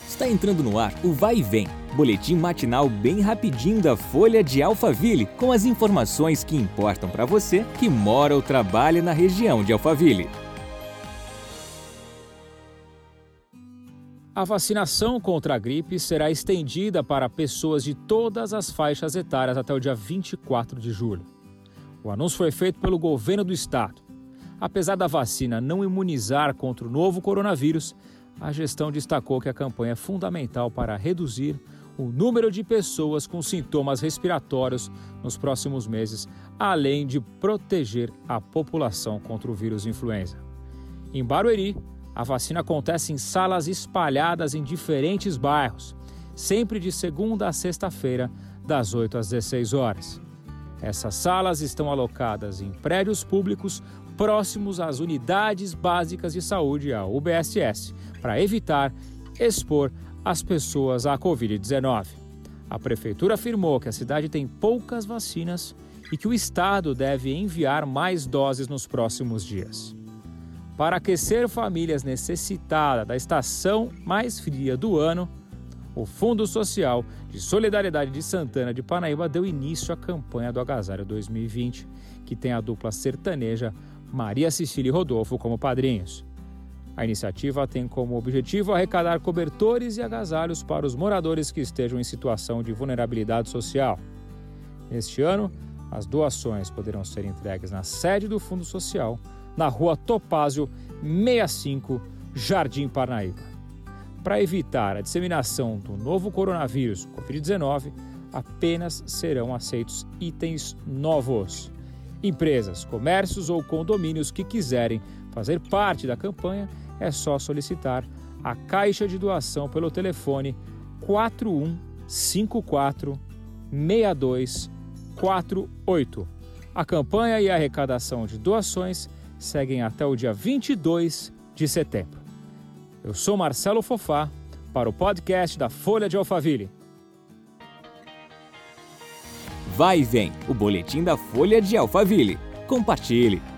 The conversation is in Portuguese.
Está entrando no ar o Vai e Vem, boletim matinal bem rapidinho da Folha de Alphaville, com as informações que importam para você que mora ou trabalha na região de Alphaville. A vacinação contra a gripe será estendida para pessoas de todas as faixas etárias até o dia 24 de julho. O anúncio foi feito pelo governo do estado. Apesar da vacina não imunizar contra o novo coronavírus, a gestão destacou que a campanha é fundamental para reduzir o número de pessoas com sintomas respiratórios nos próximos meses, além de proteger a população contra o vírus influenza. Em Barueri, a vacina acontece em salas espalhadas em diferentes bairros, sempre de segunda a sexta-feira, das 8 às 16 horas. Essas salas estão alocadas em prédios públicos próximos às unidades básicas de saúde, a UBSS, para evitar expor as pessoas à Covid-19. A prefeitura afirmou que a cidade tem poucas vacinas e que o estado deve enviar mais doses nos próximos dias. Para aquecer famílias necessitadas da estação mais fria do ano, o Fundo Social de Solidariedade de Santana de Parnaíba deu início à campanha do Agasalho 2020, que tem a dupla sertaneja Maria Cecília e Rodolfo como padrinhos. A iniciativa tem como objetivo arrecadar cobertores e agasalhos para os moradores que estejam em situação de vulnerabilidade social. Neste ano, as doações poderão ser entregues na sede do Fundo Social, na Rua Topázio 65, Jardim Parnaíba. Para evitar a disseminação do novo coronavírus, Covid-19, apenas serão aceitos itens novos. Empresas, comércios ou condomínios que quiserem fazer parte da campanha, é só solicitar a caixa de doação pelo telefone 4154-6248. A campanha e a arrecadação de doações seguem até o dia 22 de setembro. Eu sou Marcelo Fofá, para o podcast da Folha de Alphaville. Vai e Vem, o boletim da Folha de Alphaville. Compartilhe!